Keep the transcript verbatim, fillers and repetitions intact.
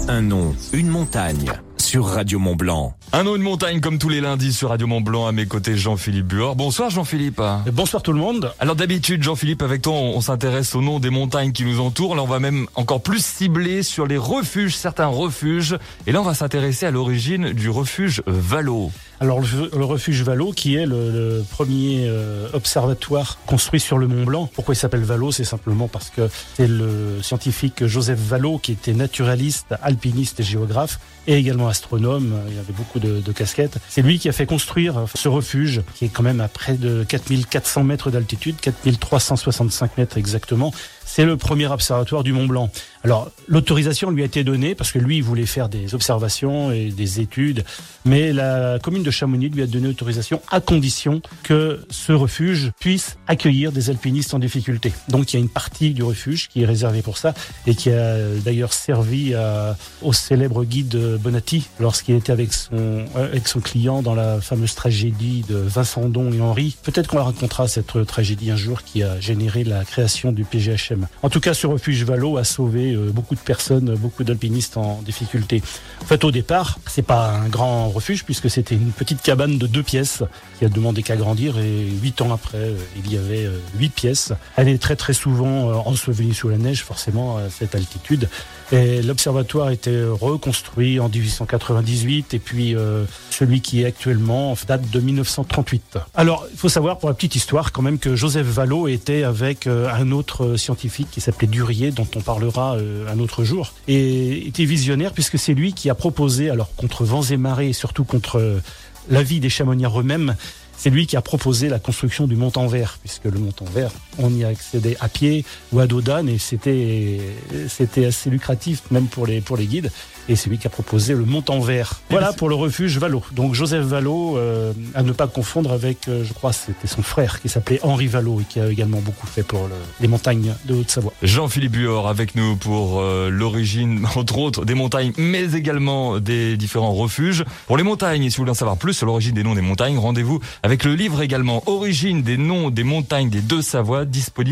Un nom, une montagne, sur Radio Mont-Blanc. Un nom, une montagne, comme tous les lundis sur Radio Mont-Blanc. À mes côtés, Jean-Philippe Buor. Bonsoir Jean-Philippe. Bonsoir tout le monde. Alors d'habitude, Jean-Philippe, avec toi, on, on s'intéresse au nom des montagnes qui nous entourent. Là, on va même encore plus cibler sur les refuges, certains refuges. Et là, on va s'intéresser à l'origine du refuge Vallot. Alors le, le refuge Vallot, qui est le, le premier euh, observatoire construit sur le Mont Blanc. Pourquoi il s'appelle Vallot? C'est simplement parce que c'est le scientifique Joseph Vallot, qui était naturaliste, alpiniste et géographe, et également astronome. Il avait beaucoup de, de casquettes. C'est lui qui a fait construire ce refuge, qui est quand même à près de quatre mille quatre cents mètres d'altitude, quatre mille trois cent soixante-cinq mètres exactement. C'est le premier observatoire du Mont Blanc. Alors, l'autorisation lui a été donnée parce que lui, il voulait faire des observations et des études, mais la commune de Chamonix lui a donné autorisation à condition que ce refuge puisse accueillir des alpinistes en difficulté. Donc, il y a une partie du refuge qui est réservée pour ça et qui a d'ailleurs servi à, au célèbre guide Bonatti lorsqu'il était avec son, avec son client dans la fameuse tragédie de Vincent Don et Henri. Peut-être qu'on la racontera, cette tragédie, un jour, qui a généré la création du P G H M. En tout cas, ce refuge Vallot a sauvé euh, beaucoup de personnes, beaucoup d'alpinistes en difficulté. En fait, au départ, c'est pas un grand refuge puisque c'était une petite cabane de deux pièces qui a demandé qu'à grandir, et huit ans après, euh, il y avait euh, huit pièces. Elle est très très souvent euh, ensevelie sous la neige, forcément, à cette altitude. Et l'observatoire était reconstruit en dix-huit cent quatre-vingt-dix-huit, et puis euh, celui qui est actuellement date de mille neuf cent trente-huit. Alors, il faut savoir, pour la petite histoire, quand même, que Joseph Vallot était avec euh, un autre scientifique qui s'appelait Durier, dont on parlera euh, un autre jour, et était visionnaire puisque c'est lui qui a proposé, alors contre vents et marées, et surtout contre euh, l'avis des chamoniards eux-mêmes, c'est lui qui a proposé la construction du Montanvert, puisque le Montanvert, on y accédait à pied ou à dos d'âne, et c'était, c'était assez lucratif même pour les, pour les guides. Et c'est lui qui a proposé le Montanvert. Voilà pour le refuge Vallot. Donc Joseph Vallot, euh, à ne pas confondre avec, euh, je crois, c'était son frère qui s'appelait Henri Vallot et qui a également beaucoup fait pour le, les montagnes de Haute-Savoie. Jean-Philippe Buor avec nous pour euh, l'origine, entre autres, des montagnes, mais également des différents refuges. Pour les montagnes, si vous voulez en savoir plus sur l'origine des noms des montagnes, rendez-vous avec le livre également Origine des noms des montagnes des Deux-Savoies, disponible